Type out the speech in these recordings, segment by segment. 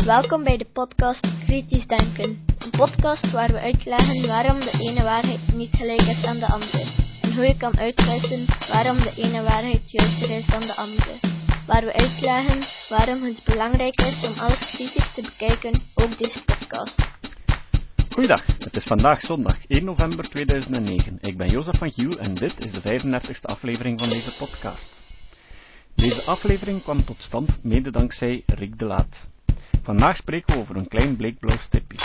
Welkom bij de podcast Kritisch Denken. Een podcast waar we uitleggen waarom de ene waarheid niet gelijk is aan de andere. En hoe je kan uitwissen waarom de ene waarheid juister is dan de andere. Waar we uitleggen waarom het belangrijk is om alles kritisch te bekijken, ook deze podcast. Goeiedag, het is vandaag zondag 1 november 2009. Ik ben Jozef van Giel en dit is de 35e aflevering van deze podcast. Deze aflevering kwam tot stand mede dankzij Rick de Laat. Vandaag spreken we over een klein bleekblauw stipje.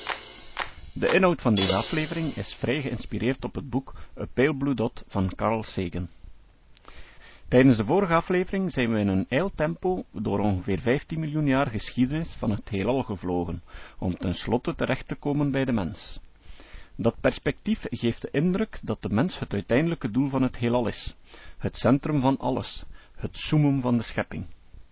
De inhoud van deze aflevering is vrij geïnspireerd op het boek A Pale Blue Dot van Carl Sagan. Tijdens de vorige aflevering zijn we in een ijl tempo door ongeveer 15 miljoen jaar geschiedenis van het heelal gevlogen, om tenslotte terecht te komen bij de mens. Dat perspectief geeft de indruk dat de mens het uiteindelijke doel van het heelal is, het centrum van alles, het summum van de schepping.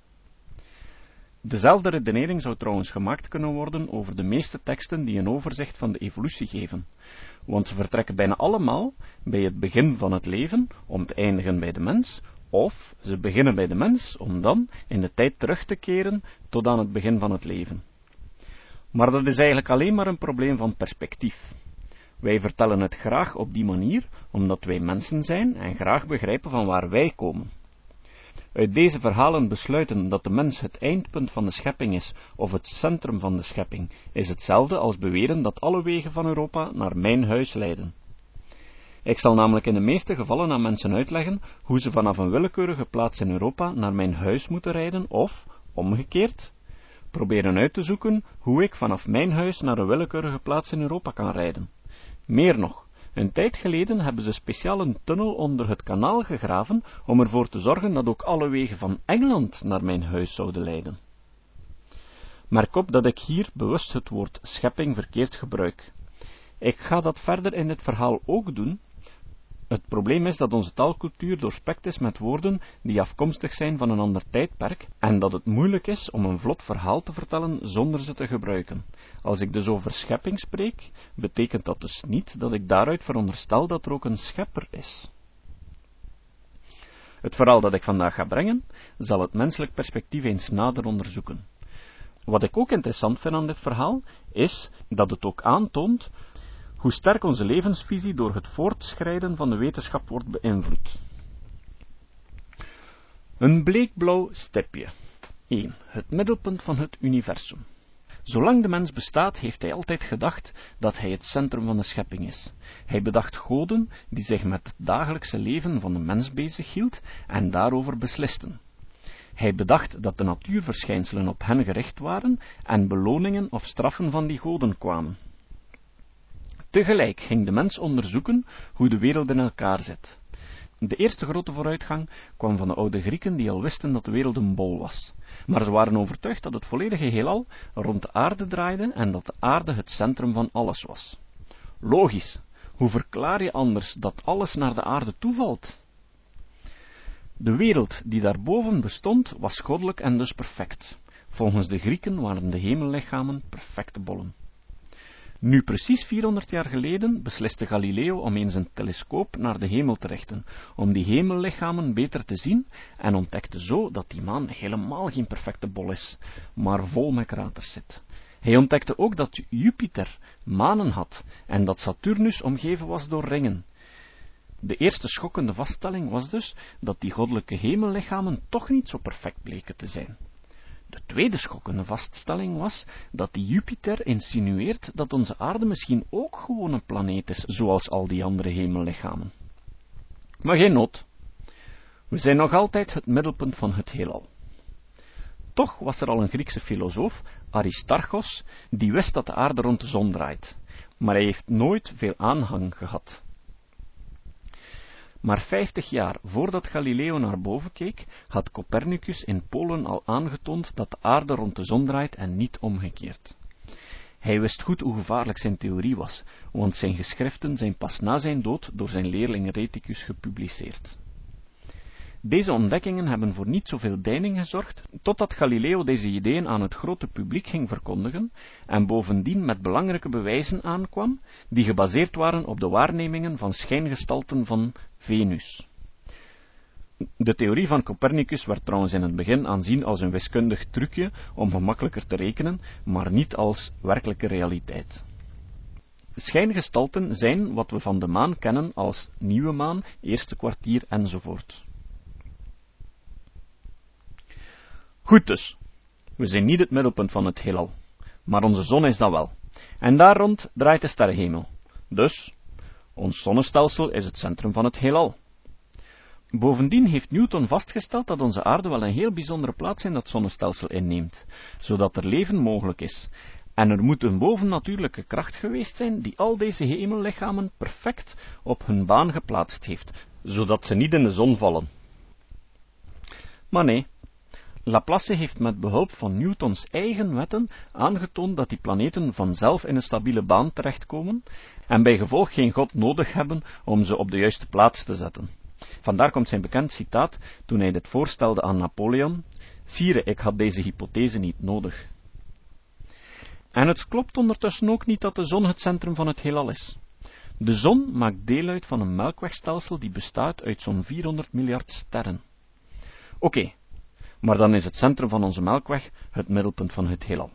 Dezelfde redenering zou trouwens gemaakt kunnen worden over de meeste teksten die een overzicht van de evolutie geven, want ze vertrekken bijna allemaal bij het begin van het leven om te eindigen bij de mens, of ze beginnen bij de mens om dan in de tijd terug te keren tot aan het begin van het leven. Maar dat is eigenlijk alleen maar een probleem van perspectief. Wij vertellen het graag op die manier, omdat wij mensen zijn en graag begrijpen van waar wij komen. Uit deze verhalen besluiten dat de mens het eindpunt van de schepping is, of het centrum van de schepping, is hetzelfde als beweren dat alle wegen van Europa naar mijn huis leiden. Ik zal namelijk in de meeste gevallen aan mensen uitleggen hoe ze vanaf een willekeurige plaats in Europa naar mijn huis moeten rijden, of, omgekeerd, proberen uit te zoeken hoe ik vanaf mijn huis naar een willekeurige plaats in Europa kan rijden. Meer nog, een tijd geleden hebben ze speciaal een tunnel onder het kanaal gegraven om ervoor te zorgen dat ook alle wegen van Engeland naar mijn huis zouden leiden. Merk op dat ik hier bewust het woord schepping verkeerd gebruik. Ik ga dat verder in dit verhaal ook doen. Het probleem is dat onze taalcultuur doorspekt is met woorden die afkomstig zijn van een ander tijdperk en dat het moeilijk is om een vlot verhaal te vertellen zonder ze te gebruiken. Als ik dus over schepping spreek, betekent dat dus niet dat ik daaruit veronderstel dat er ook een schepper is. Het verhaal dat ik vandaag ga brengen, zal het menselijk perspectief eens nader onderzoeken. Wat ik ook interessant vind aan dit verhaal, is dat het ook aantoont hoe sterk onze levensvisie door het voortschrijden van de wetenschap wordt beïnvloed. Een bleekblauw stipje. 1. Het middelpunt van het universum. Zolang de mens bestaat, heeft hij altijd gedacht dat hij het centrum van de schepping is. Hij bedacht goden die zich met het dagelijkse leven van de mens bezighield en daarover beslisten. Hij bedacht dat de natuurverschijnselen op hen gericht waren en beloningen of straffen van die goden kwamen. Tegelijk ging de mens onderzoeken hoe de wereld in elkaar zit. De eerste grote vooruitgang kwam van de oude Grieken die al wisten dat de wereld een bol was. Maar ze waren overtuigd dat het volledige heelal rond de aarde draaide en dat de aarde het centrum van alles was. Logisch, hoe verklaar je anders dat alles naar de aarde toevalt? De wereld die daarboven bestond was goddelijk en dus perfect. Volgens de Grieken waren de hemellichamen perfecte bollen. Nu precies 400 jaar geleden besliste Galileo om eens een telescoop naar de hemel te richten, om die hemellichamen beter te zien, en ontdekte zo dat die maan helemaal geen perfecte bol is, maar vol met kraters zit. Hij ontdekte ook dat Jupiter manen had, en dat Saturnus omgeven was door ringen. De eerste schokkende vaststelling was dus dat die goddelijke hemellichamen toch niet zo perfect bleken te zijn. De tweede schokkende vaststelling was dat die Jupiter insinueert dat onze aarde misschien ook gewoon een planeet is, zoals al die andere hemellichamen. Maar geen nood. We zijn nog altijd het middelpunt van het heelal. Toch was er al een Griekse filosoof, Aristarchos, die wist dat de aarde rond de zon draait, maar hij heeft nooit veel aanhang gehad. Maar 50 jaar voordat Galileo naar boven keek, had Copernicus in Polen al aangetoond dat de aarde rond de zon draait en niet omgekeerd. Hij wist goed hoe gevaarlijk zijn theorie was, want zijn geschriften zijn pas na zijn dood door zijn leerling Rheticus gepubliceerd. Deze ontdekkingen hebben voor niet zoveel deining gezorgd, totdat Galileo deze ideeën aan het grote publiek ging verkondigen en bovendien met belangrijke bewijzen aankwam, die gebaseerd waren op de waarnemingen van schijngestalten van Venus. De theorie van Copernicus werd trouwens in het begin aanzien als een wiskundig trucje om gemakkelijker te rekenen, maar niet als werkelijke realiteit. Schijngestalten zijn wat we van de maan kennen als nieuwe maan, eerste kwartier enzovoort. Goed dus, we zijn niet het middelpunt van het heelal, maar onze zon is dat wel. En daar rond draait de sterrenhemel. Dus, ons zonnestelsel is het centrum van het heelal. Bovendien heeft Newton vastgesteld dat onze aarde wel een heel bijzondere plaats in dat zonnestelsel inneemt, zodat er leven mogelijk is. En er moet een bovennatuurlijke kracht geweest zijn die al deze hemellichamen perfect op hun baan geplaatst heeft, zodat ze niet in de zon vallen. Maar nee, Laplace heeft met behulp van Newtons eigen wetten aangetoond dat die planeten vanzelf in een stabiele baan terechtkomen en bij gevolg geen God nodig hebben om ze op de juiste plaats te zetten. Vandaar komt zijn bekend citaat toen hij dit voorstelde aan Napoleon: Sire, ik had deze hypothese niet nodig. En het klopt ondertussen ook niet dat de zon het centrum van het heelal is. De zon maakt deel uit van een melkwegstelsel die bestaat uit zo'n 400 miljard sterren. Oké, maar dan is het centrum van onze melkweg het middelpunt van het heelal.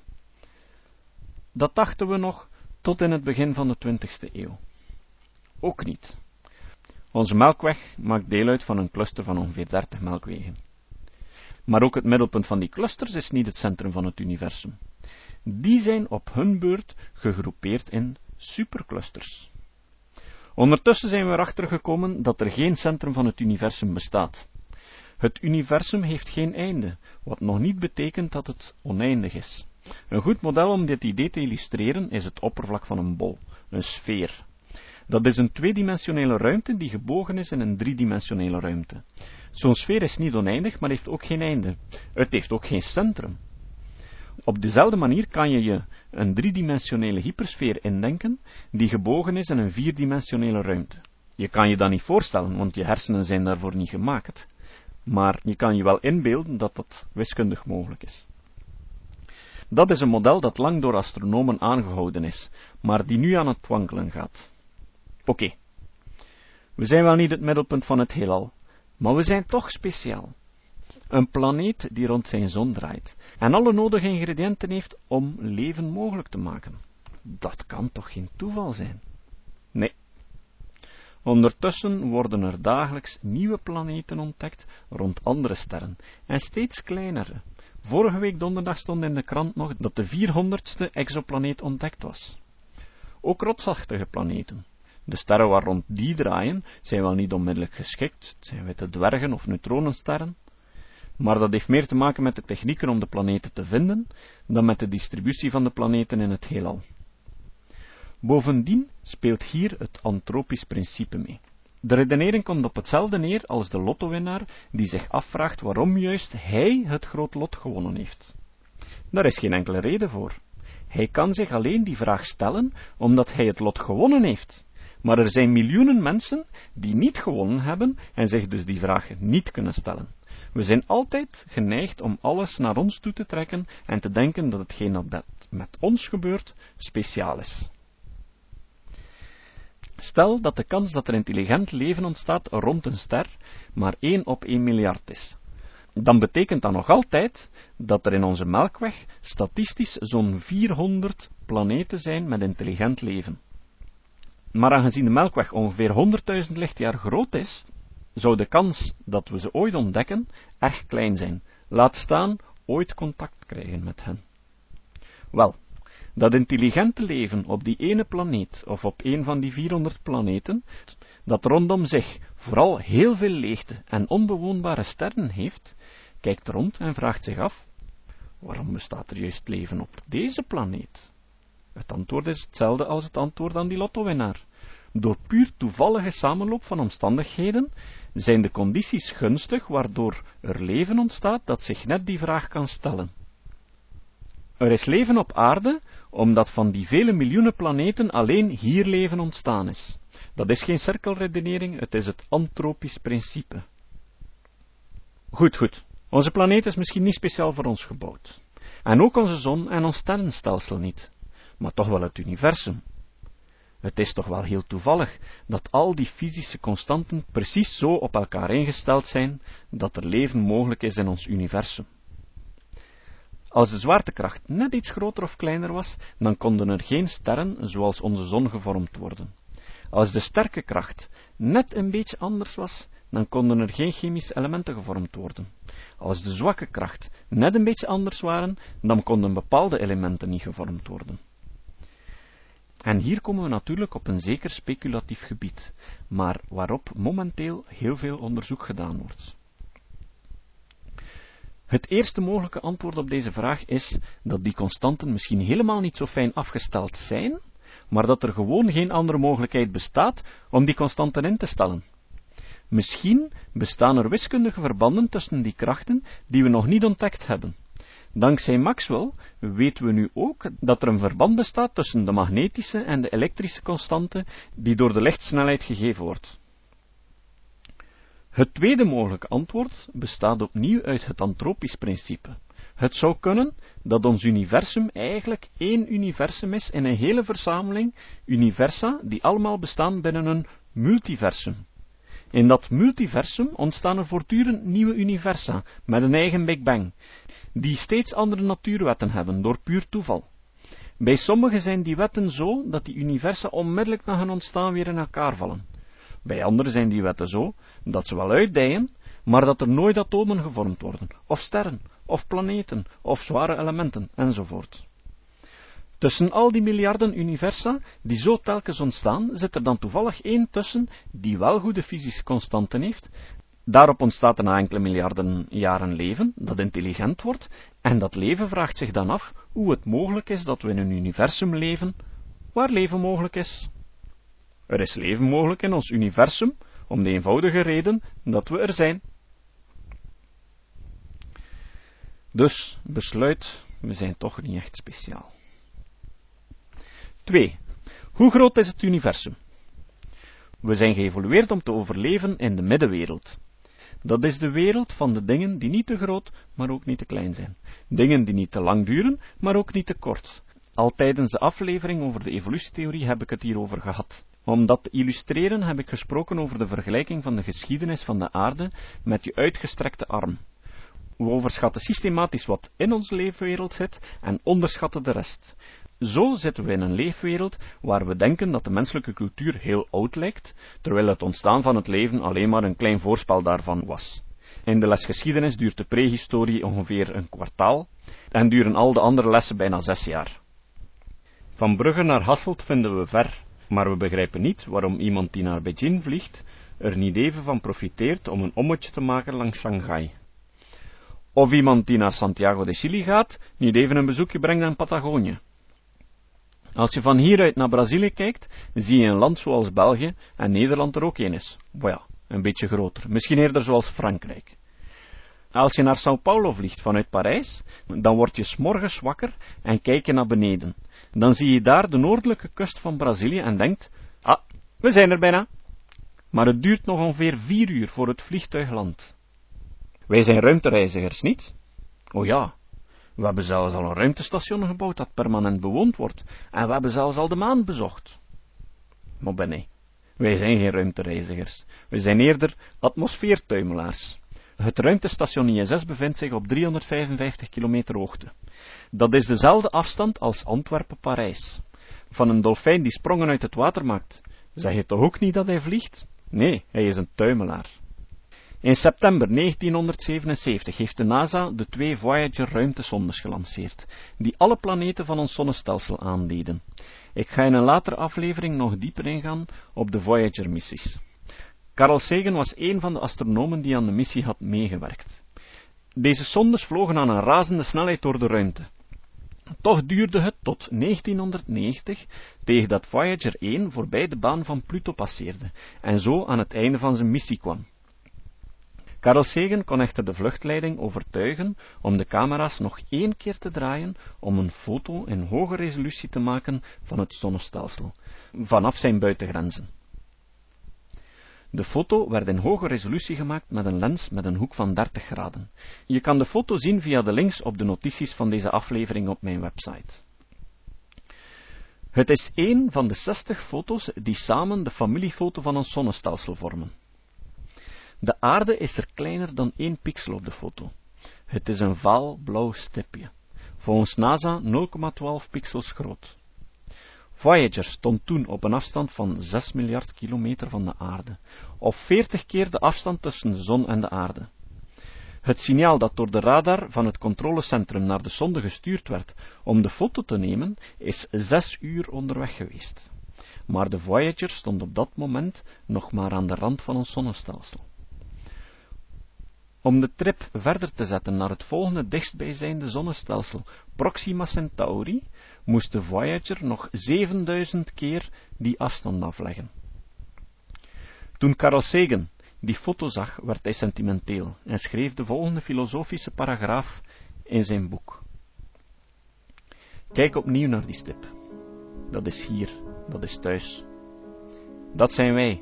Dat dachten we nog tot in het begin van de 20e eeuw. Ook niet. Onze melkweg maakt deel uit van een cluster van ongeveer 30 melkwegen. Maar ook het middelpunt van die clusters is niet het centrum van het universum. Die zijn op hun beurt gegroepeerd in superclusters. Ondertussen zijn we erachter gekomen dat er geen centrum van het universum bestaat. Het universum heeft geen einde, wat nog niet betekent dat het oneindig is. Een goed model om dit idee te illustreren is het oppervlak van een bol, een sfeer. Dat is een tweedimensionele ruimte die gebogen is in een driedimensionele ruimte. Zo'n sfeer is niet oneindig, maar heeft ook geen einde. Het heeft ook geen centrum. Op dezelfde manier kan je je een driedimensionele hypersfeer indenken, die gebogen is in een vierdimensionele ruimte. Je kan je dat niet voorstellen, want je hersenen zijn daarvoor niet gemaakt. Maar je kan je wel inbeelden dat dat wiskundig mogelijk is. Dat is een model dat lang door astronomen aangehouden is, maar die nu aan het wankelen gaat. Oké, we zijn wel niet het middelpunt van het heelal, maar we zijn toch speciaal. Een planeet die rond zijn zon draait en alle nodige ingrediënten heeft om leven mogelijk te maken. Dat kan toch geen toeval zijn? Nee. Ondertussen worden er dagelijks nieuwe planeten ontdekt rond andere sterren, en steeds kleinere. Vorige week donderdag stond in de krant nog dat de 400ste exoplaneet ontdekt was. Ook rotsachtige planeten. De sterren waar rond die draaien zijn wel niet onmiddellijk geschikt, het zijn witte dwergen of neutronensterren, maar dat heeft meer te maken met de technieken om de planeten te vinden, dan met de distributie van de planeten in het heelal. Bovendien speelt hier het antropisch principe mee. De redenering komt op hetzelfde neer als de lottowinnaar die zich afvraagt waarom juist hij het groot lot gewonnen heeft. Daar is geen enkele reden voor. Hij kan zich alleen die vraag stellen omdat hij het lot gewonnen heeft. Maar er zijn miljoenen mensen die niet gewonnen hebben en zich dus die vraag niet kunnen stellen. We zijn altijd geneigd om alles naar ons toe te trekken en te denken dat hetgeen dat met ons gebeurt speciaal is. Stel dat de kans dat er intelligent leven ontstaat rond een ster maar 1 op 1 miljard is. Dan betekent dat nog altijd dat er in onze melkweg statistisch zo'n 400 planeten zijn met intelligent leven. Maar aangezien de melkweg ongeveer 100.000 lichtjaar groot is, zou de kans dat we ze ooit ontdekken erg klein zijn. Laat staan ooit contact krijgen met hen. Wel, dat intelligente leven op die ene planeet, of op een van die 400 planeten, dat rondom zich vooral heel veel leegte en onbewoonbare sterren heeft, kijkt rond en vraagt zich af, waarom bestaat er juist leven op deze planeet? Het antwoord is hetzelfde als het antwoord aan die lottowinnaar. Door puur toevallige samenloop van omstandigheden zijn de condities gunstig waardoor er leven ontstaat dat zich net die vraag kan stellen. Er is leven op aarde, omdat van die vele miljoenen planeten alleen hier leven ontstaan is. Dat is geen cirkelredenering, het is het antropisch principe. Goed. Onze planeet is misschien niet speciaal voor ons gebouwd. En ook onze zon en ons sterrenstelsel niet. Maar toch wel het universum. Het is toch wel heel toevallig dat al die fysische constanten precies zo op elkaar ingesteld zijn dat er leven mogelijk is in ons universum. Als de zwaartekracht net iets groter of kleiner was, dan konden er geen sterren zoals onze zon gevormd worden. Als de sterke kracht net een beetje anders was, dan konden er geen chemische elementen gevormd worden. Als de zwakke kracht net een beetje anders waren, dan konden bepaalde elementen niet gevormd worden. En hier komen we natuurlijk op een zeker speculatief gebied, maar waarop momenteel heel veel onderzoek gedaan wordt. Het eerste mogelijke antwoord op deze vraag is dat die constanten misschien helemaal niet zo fijn afgesteld zijn, maar dat er gewoon geen andere mogelijkheid bestaat om die constanten in te stellen. Misschien bestaan er wiskundige verbanden tussen die krachten die we nog niet ontdekt hebben. Dankzij Maxwell weten we nu ook dat er een verband bestaat tussen de magnetische en de elektrische constante die door de lichtsnelheid gegeven wordt. Het tweede mogelijke antwoord bestaat opnieuw uit het antropisch principe. Het zou kunnen dat ons universum eigenlijk één universum is in een hele verzameling universa die allemaal bestaan binnen een multiversum. In dat multiversum ontstaan er voortdurend nieuwe universa met een eigen Big Bang, die steeds andere natuurwetten hebben door puur toeval. Bij sommigen zijn die wetten zo dat die universa onmiddellijk na hun ontstaan weer in elkaar vallen. Bij anderen zijn die wetten zo dat ze wel uitdijen, maar dat er nooit atomen gevormd worden, of sterren, of planeten, of zware elementen, enzovoort. Tussen al die miljarden universa, die zo telkens ontstaan, zit er dan toevallig één tussen die wel goede fysische constanten heeft. Daarop ontstaat er na enkele miljarden jaren leven, dat intelligent wordt, en dat leven vraagt zich dan af hoe het mogelijk is dat we in een universum leven, waar leven mogelijk is. Er is leven mogelijk in ons universum, om de eenvoudige reden dat we er zijn. Dus, besluit, we zijn toch niet echt speciaal. 2. Hoe groot is het universum? We zijn geëvolueerd om te overleven in de middenwereld. Dat is de wereld van de dingen die niet te groot, maar ook niet te klein zijn. Dingen die niet te lang duren, maar ook niet te kort. Al tijdens de aflevering over de evolutietheorie heb ik het hierover gehad. Om dat te illustreren heb ik gesproken over de vergelijking van de geschiedenis van de aarde met je uitgestrekte arm. We overschatten systematisch wat in onze leefwereld zit en onderschatten de rest. Zo zitten we in een leefwereld waar we denken dat de menselijke cultuur heel oud lijkt, terwijl het ontstaan van het leven alleen maar een klein voorspel daarvan was. In de les geschiedenis duurt de prehistorie ongeveer een kwartaal en duren al de andere lessen bijna 6 jaar. Van Brugge naar Hasselt vinden we ver, maar we begrijpen niet waarom iemand die naar Beijing vliegt er niet even van profiteert om een ommetje te maken langs Shanghai. Of iemand die naar Santiago de Chili gaat, niet even een bezoekje brengt aan Patagonië. Als je van hieruit naar Brazilië kijkt, zie je een land zoals België en Nederland er ook een is. Ja, een beetje groter, misschien eerder zoals Frankrijk. Als je naar São Paulo vliegt vanuit Parijs, dan word je 's morgens wakker en kijk je naar beneden. Dan zie je daar de noordelijke kust van Brazilië en denkt, we zijn er bijna. Maar het duurt nog ongeveer 4 uur voor het vliegtuig landt. Wij zijn ruimtereizigers, niet? Oh ja, we hebben zelfs al een ruimtestation gebouwd dat permanent bewoond wordt, en we hebben zelfs al de maan bezocht. Maar nee, wij zijn geen ruimtereizigers, we zijn eerder atmosfeertuimelaars. Het ruimtestation ISS bevindt zich op 355 kilometer hoogte. Dat is dezelfde afstand als Antwerpen-Parijs. Van een dolfijn die sprongen uit het water maakt, zeg je toch ook niet dat hij vliegt? Nee, hij is een tuimelaar. In september 1977 heeft de NASA de 2 Voyager ruimtesondes gelanceerd, die alle planeten van ons zonnestelsel aanduiden. Ik ga in een latere aflevering nog dieper ingaan op de Voyager-missies. Carl Sagan was een van de astronomen die aan de missie had meegewerkt. Deze sondes vlogen aan een razende snelheid door de ruimte. Toch duurde het tot 1990 tegen dat Voyager 1 voorbij de baan van Pluto passeerde en zo aan het einde van zijn missie kwam. Carl Sagan kon echter de vluchtleiding overtuigen om de camera's nog 1 keer te draaien om een foto in hoge resolutie te maken van het zonnestelsel, vanaf zijn buitengrenzen. De foto werd in hoge resolutie gemaakt met een lens met een hoek van 30 graden. Je kan de foto zien via de links op de notities van deze aflevering op mijn website. Het is één van de 60 foto's die samen de familiefoto van ons zonnestelsel vormen. De aarde is er kleiner dan 1 pixel op de foto. Het is een vaal blauw stipje. Volgens NASA 0,12 pixels groot. Voyager stond toen op een afstand van 6 miljard kilometer van de aarde, of 40 keer de afstand tussen de zon en de aarde. Het signaal dat door de radar van het controlecentrum naar de sonde gestuurd werd om de foto te nemen, is 6 uur onderweg geweest. Maar de Voyager stond op dat moment nog maar aan de rand van ons zonnestelsel. Om de trip verder te zetten naar het volgende dichtstbijzijnde zonnestelsel, Proxima Centauri, moest de Voyager nog 7000 keer die afstand afleggen. Toen Carl Sagan die foto zag, werd hij sentimenteel en schreef de volgende filosofische paragraaf in zijn boek. Kijk opnieuw naar die stip. Dat is hier, dat is thuis. Dat zijn wij.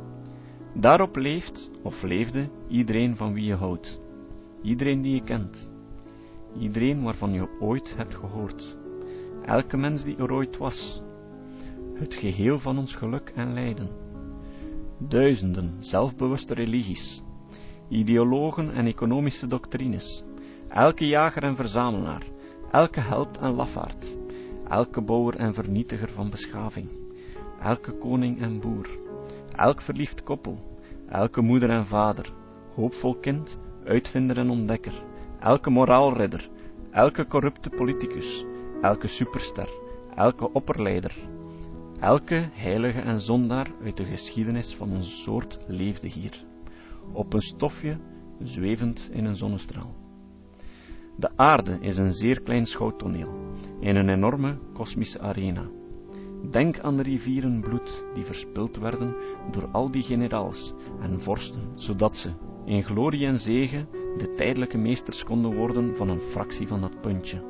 Daarop leeft, of leefde, iedereen van wie je houdt. Iedereen die je kent. Iedereen waarvan je ooit hebt gehoord. Elke mens die er ooit was. Het geheel van ons geluk en lijden. Duizenden zelfbewuste religies. Ideologen en economische doctrines. Elke jager en verzamelaar. Elke held en lafaard. Elke bouwer en vernietiger van beschaving. Elke koning en boer. Elk verliefd koppel, elke moeder en vader, hoopvol kind, uitvinder en ontdekker, elke moraalridder, elke corrupte politicus, elke superster, elke opperleider, elke heilige en zondaar uit de geschiedenis van onze soort leefde hier, op een stofje, zwevend in een zonnestraal. De aarde is een zeer klein schouwtoneel, in een enorme kosmische arena. Denk aan de rivieren bloed die verspild werden door al die generaals en vorsten, zodat ze, in glorie en zege, de tijdelijke meesters konden worden van een fractie van dat puntje.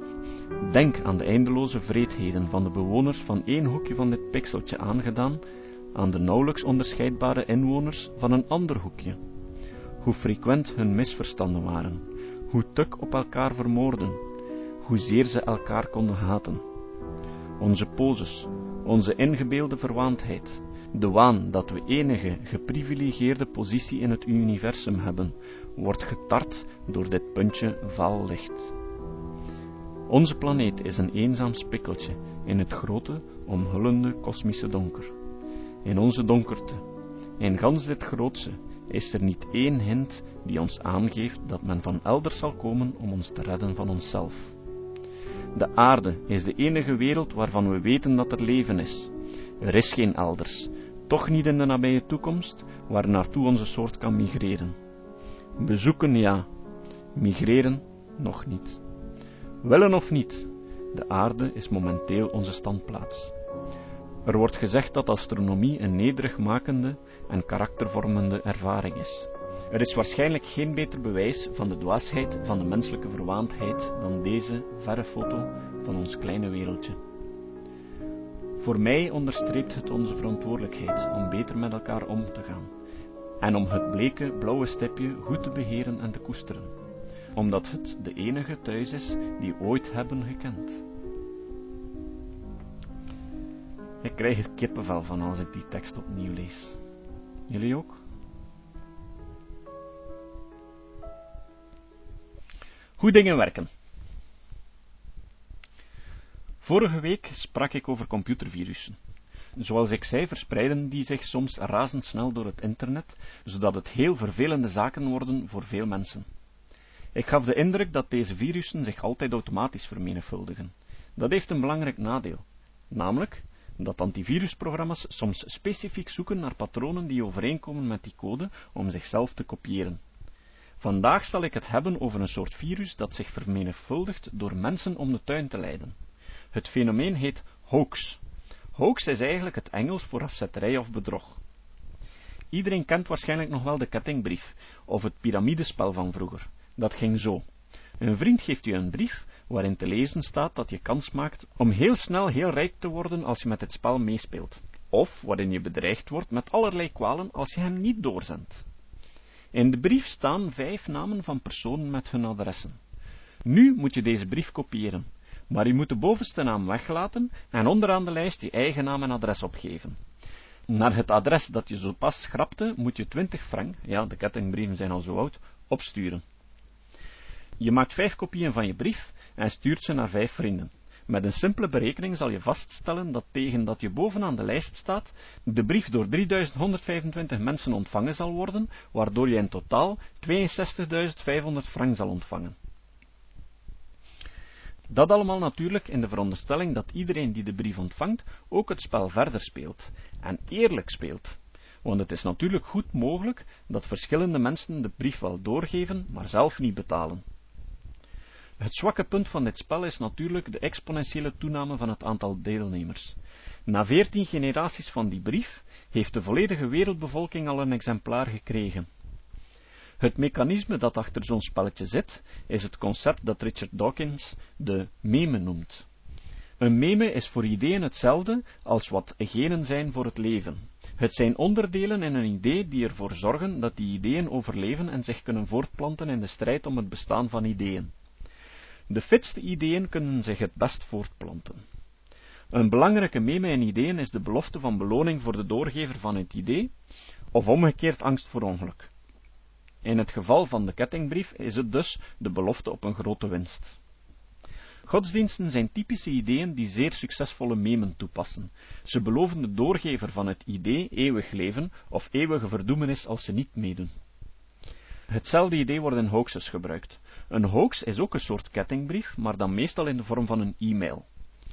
Denk aan de eindeloze wreedheden van de bewoners van 1 hoekje van dit pixeltje aangedaan aan de nauwelijks onderscheidbare inwoners van een ander hoekje. Hoe frequent hun misverstanden waren, hoe tuk op elkaar vermoorden, hoezeer ze elkaar konden haten. Onze poses, onze ingebeelde verwaandheid, de waan dat we enige geprivilegeerde positie in het universum hebben, wordt getart door dit puntje vaal licht. Onze planeet is een eenzaam spikkeltje in het grote, omhullende kosmische donker. In onze donkerte, in gans dit grootse, is er niet één hint die ons aangeeft dat men van elders zal komen om ons te redden van onszelf. De aarde is de enige wereld waarvan we weten dat er leven is. Er is geen elders, toch niet in de nabije toekomst, waar naartoe onze soort kan migreren. Bezoeken ja, migreren nog niet. Willen of niet, de aarde is momenteel onze standplaats. Er wordt gezegd dat astronomie een nederigmakende en karaktervormende ervaring is. Er is waarschijnlijk geen beter bewijs van de dwaasheid van de menselijke verwaandheid dan deze verre foto van ons kleine wereldje. Voor mij onderstreept het onze verantwoordelijkheid om beter met elkaar om te gaan en om het bleke blauwe stipje goed te beheren en te koesteren, omdat het de enige thuis is die we ooit hebben gekend. Ik krijg er kippenvel van als ik die tekst opnieuw lees. Jullie ook? Hoe dingen werken. Vorige week sprak ik over computervirussen. Zoals ik zei, verspreiden die zich soms razendsnel door het internet, zodat het heel vervelende zaken worden voor veel mensen. Ik gaf de indruk dat deze virussen zich altijd automatisch vermenigvuldigen. Dat heeft een belangrijk nadeel, namelijk dat antivirusprogramma's soms specifiek zoeken naar patronen die overeenkomen met die code om zichzelf te kopiëren. Vandaag zal ik het hebben over een soort virus dat zich vermenigvuldigt door mensen om de tuin te leiden. Het fenomeen heet hoax. Hoax is eigenlijk het Engels voor afzetterij of bedrog. Iedereen kent waarschijnlijk nog wel de kettingbrief of het piramidespel van vroeger. Dat ging zo. Een vriend geeft u een brief waarin te lezen staat dat je kans maakt om heel snel heel rijk te worden als je met het spel meespeelt. Of waarin je bedreigd wordt met allerlei kwalen als je hem niet doorzendt. In de brief staan 5 namen van personen met hun adressen. Nu moet je deze brief kopiëren, Maar je moet de bovenste naam weglaten en onderaan de lijst je eigen naam en adres opgeven. Naar het adres dat je zo pas schrapte, moet je 20 frank, ja, de kettingbrieven zijn al zo oud, opsturen. Je maakt 5 kopieën van je brief en stuurt ze naar 5 vrienden. Met een simpele berekening zal je vaststellen dat tegen dat je bovenaan de lijst staat, de brief door 3125 mensen ontvangen zal worden, waardoor je in totaal 62.500 frank zal ontvangen. Dat allemaal natuurlijk in de veronderstelling dat iedereen die de brief ontvangt ook het spel verder speelt, en eerlijk speelt. Want het is natuurlijk goed mogelijk dat verschillende mensen de brief wel doorgeven, maar zelf niet betalen. Het zwakke punt van dit spel is natuurlijk de exponentiële toename van het aantal deelnemers. Na 14 generaties van die brief heeft de volledige wereldbevolking al een exemplaar gekregen. Het mechanisme dat achter zo'n spelletje zit, is het concept dat Richard Dawkins de meme noemt. Een meme is voor ideeën hetzelfde als wat genen zijn voor het leven. Het zijn onderdelen in een idee die ervoor zorgen dat die ideeën overleven en zich kunnen voortplanten in de strijd om het bestaan van ideeën. De fitste ideeën kunnen zich het best voortplanten. Een belangrijke meme in ideeën is de belofte van beloning voor de doorgever van het idee, of omgekeerd angst voor ongeluk. In het geval van de kettingbrief is het dus de belofte op een grote winst. Godsdiensten zijn typische ideeën die zeer succesvolle memen toepassen. Ze beloven de doorgever van het idee eeuwig leven of eeuwige verdoemenis als ze niet meedoen. Hetzelfde idee wordt in hoaxes gebruikt. Een hoax is ook een soort kettingbrief, maar dan meestal in de vorm van een e-mail.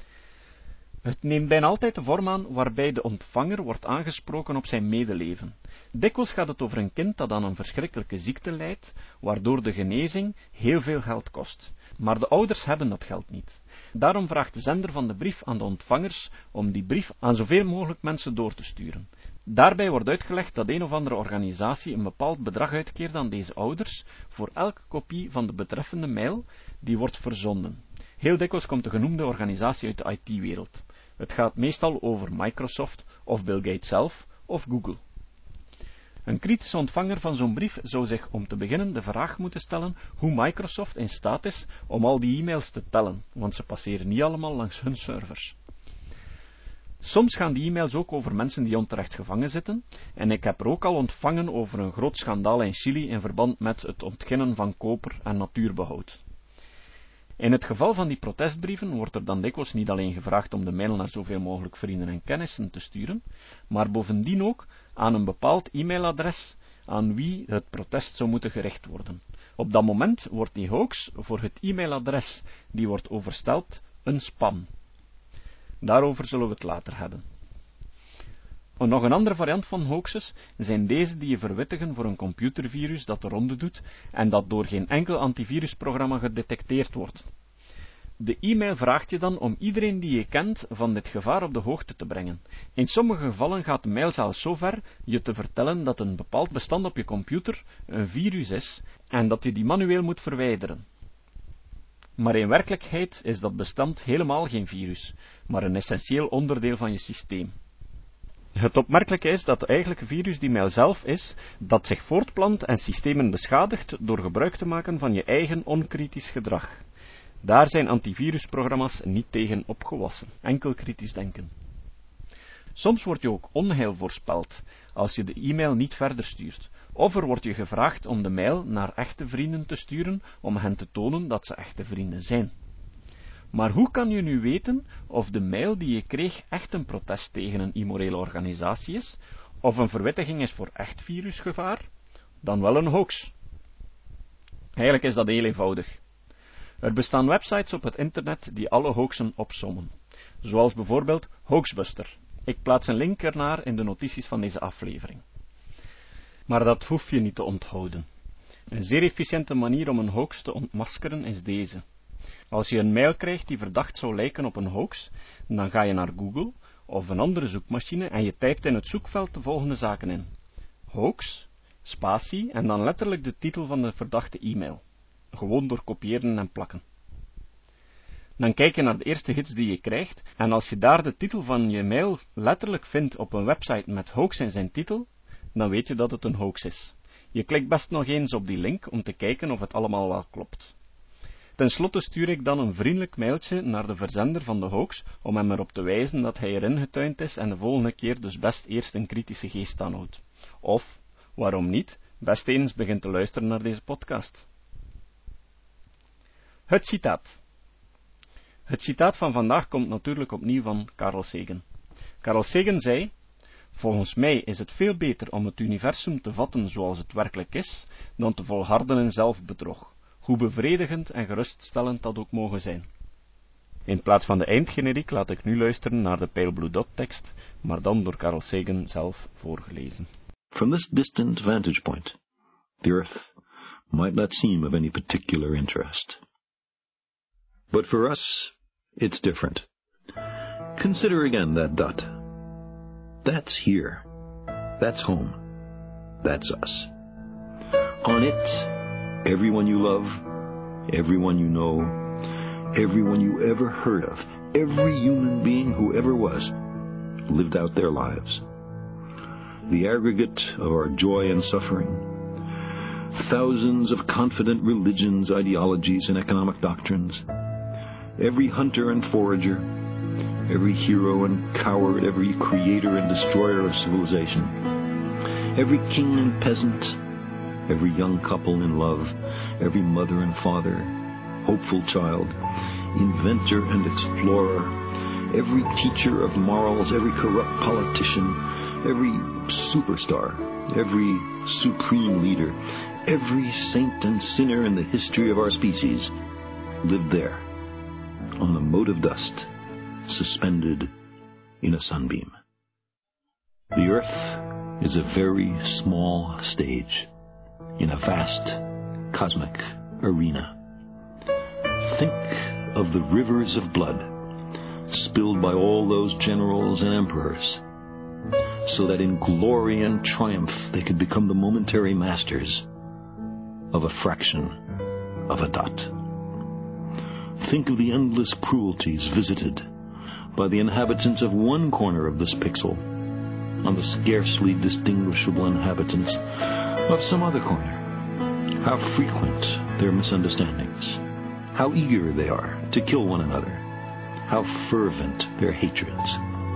Het neemt bijna altijd de vorm aan waarbij de ontvanger wordt aangesproken op zijn medeleven. Dikwijls gaat het over een kind dat aan een verschrikkelijke ziekte lijdt, waardoor de genezing heel veel geld kost. Maar de ouders hebben dat geld niet. Daarom vraagt de zender van de brief aan de ontvangers om die brief aan zoveel mogelijk mensen door te sturen. Daarbij wordt uitgelegd dat een of andere organisatie een bepaald bedrag uitkeert aan deze ouders voor elke kopie van de betreffende mail die wordt verzonden. Heel dikwijls komt de genoemde organisatie uit de IT-wereld. Het gaat meestal over Microsoft of Bill Gates zelf of Google. Een kritische ontvanger van zo'n brief zou zich om te beginnen de vraag moeten stellen hoe Microsoft in staat is om al die e-mails te tellen, want ze passeren niet allemaal langs hun servers. Soms gaan die e-mails ook over mensen die onterecht gevangen zitten, en ik heb er ook al ontvangen over een groot schandaal in Chili in verband met het ontginnen van koper en natuurbehoud. In het geval van die protestbrieven wordt er dan dikwijls niet alleen gevraagd om de mail naar zoveel mogelijk vrienden en kennissen te sturen, maar bovendien ook aan een bepaald e-mailadres aan wie het protest zou moeten gericht worden. Op dat moment wordt die hoax voor het e-mailadres die wordt oversteld een spam. Daarover zullen we het later hebben. Nog een andere variant van hoaxes zijn deze die je verwittigen voor een computervirus dat de ronde doet en dat door geen enkel antivirusprogramma gedetecteerd wordt. De e-mail vraagt je dan om iedereen die je kent van dit gevaar op de hoogte te brengen. In sommige gevallen gaat de mail zelfs zo ver je te vertellen dat een bepaald bestand op je computer een virus is en dat je die manueel moet verwijderen. Maar in werkelijkheid is dat bestand helemaal geen virus, maar een essentieel onderdeel van je systeem. Het opmerkelijke is dat de eigenlijke virus die mail zelf is, dat zich voortplant en systemen beschadigt door gebruik te maken van je eigen onkritisch gedrag. Daar zijn antivirusprogramma's niet tegen opgewassen, enkel kritisch denken. Soms wordt je ook onheil voorspeld, als je de e-mail niet verder stuurt, of er wordt je gevraagd om de mail naar echte vrienden te sturen, om hen te tonen dat ze echte vrienden zijn. Maar hoe kan je nu weten of de mail die je kreeg echt een protest tegen een immorele organisatie is, of een verwittiging is voor echt virusgevaar, dan wel een hoax? Eigenlijk is dat heel eenvoudig. Er bestaan websites op het internet die alle hoaxen opsommen, zoals bijvoorbeeld Hoaxbuster. Ik plaats een link ernaar in de notities van deze aflevering. Maar dat hoef je niet te onthouden. Een zeer efficiënte manier om een hoax te ontmaskeren is deze. Als je een mail krijgt die verdacht zou lijken op een hoax, dan ga je naar Google of een andere zoekmachine en je typt in het zoekveld de volgende zaken in. Hoax, spatie en dan letterlijk de titel van de verdachte e-mail. Gewoon door kopiëren en plakken. Dan kijk je naar de eerste hits die je krijgt en als je daar de titel van je mail letterlijk vindt op een website met hoax in zijn titel, dan weet je dat het een hoax is. Je klikt best nog eens op die link om te kijken of het allemaal wel klopt. Ten slotte stuur ik dan een vriendelijk mailtje naar de verzender van de hoax om hem erop te wijzen dat hij erin getuind is en de volgende keer dus best eerst een kritische geest aanhoudt. Of, waarom niet, best eens begint te luisteren naar deze podcast. Het citaat. Het citaat van vandaag komt natuurlijk opnieuw van Carl Sagan. Carl Sagan zei: volgens mij is het veel beter om het universum te vatten zoals het werkelijk is, dan te volharden in zelfbedrog, hoe bevredigend en geruststellend dat ook mogen zijn. In plaats van de eindgeneriek laat ik nu luisteren naar de Pale Blue Dot tekst, maar dan door Carl Sagan zelf voorgelezen. From this distant vantage point, the Earth might not seem of any particular interest. But for us, it's different. Consider again that dot. That's here. That's home. That's us. On it, everyone you love, everyone you know, everyone you ever heard of, every human being who ever was, lived out their lives. The aggregate of our joy and suffering, thousands of confident religions, ideologies, and economic doctrines, every hunter and forager, every hero and coward, every creator and destroyer of civilization, every king and peasant, every young couple in love, every mother and father, hopeful child, inventor and explorer, every teacher of morals, every corrupt politician, every superstar, every supreme leader, every saint and sinner in the history of our species lived there, on a mote of dust, suspended in a sunbeam. The Earth is a very small stage in a vast cosmic arena. Think of the rivers of blood spilled by all those generals and emperors, so that in glory and triumph they could become the momentary masters of a fraction of a dot. Think of the endless cruelties visited by the inhabitants of one corner of this pixel on the scarcely distinguishable inhabitants of some other corner. How frequent their misunderstandings, how eager they are to kill one another, how fervent their hatreds.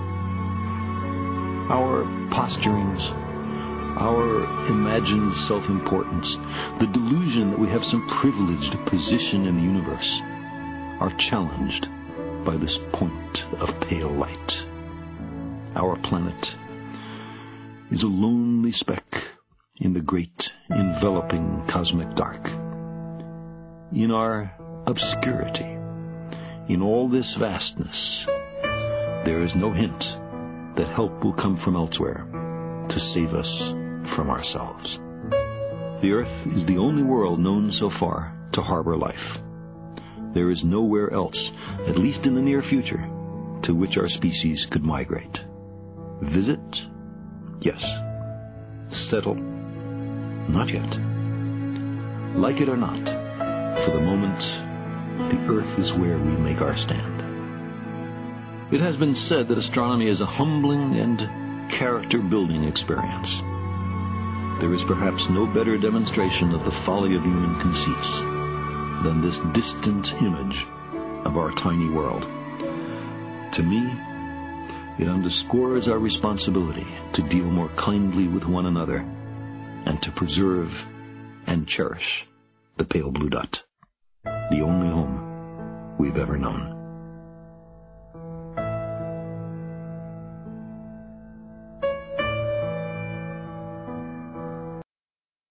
Our posturings, our imagined self-importance, the delusion that we have some privileged position in the universe, are challenged by this point of pale light. Our planet is a lonely speck in the great enveloping cosmic dark. In our obscurity, in all this vastness, there is no hint that help will come from elsewhere to save us from ourselves. The Earth is the only world known so far to harbor life. There is nowhere else, at least in the near future, to which our species could migrate. Visit? Yes. Settle? Not yet. Like it or not, for the moment, the Earth is where we make our stand. It has been said that astronomy is a humbling and character-building experience. There is perhaps no better demonstration of the folly of human conceits than this distant image of our tiny world. To me, it underscores our responsibility to deal more kindly with one another and to preserve and cherish the pale blue dot, the only home we've ever known.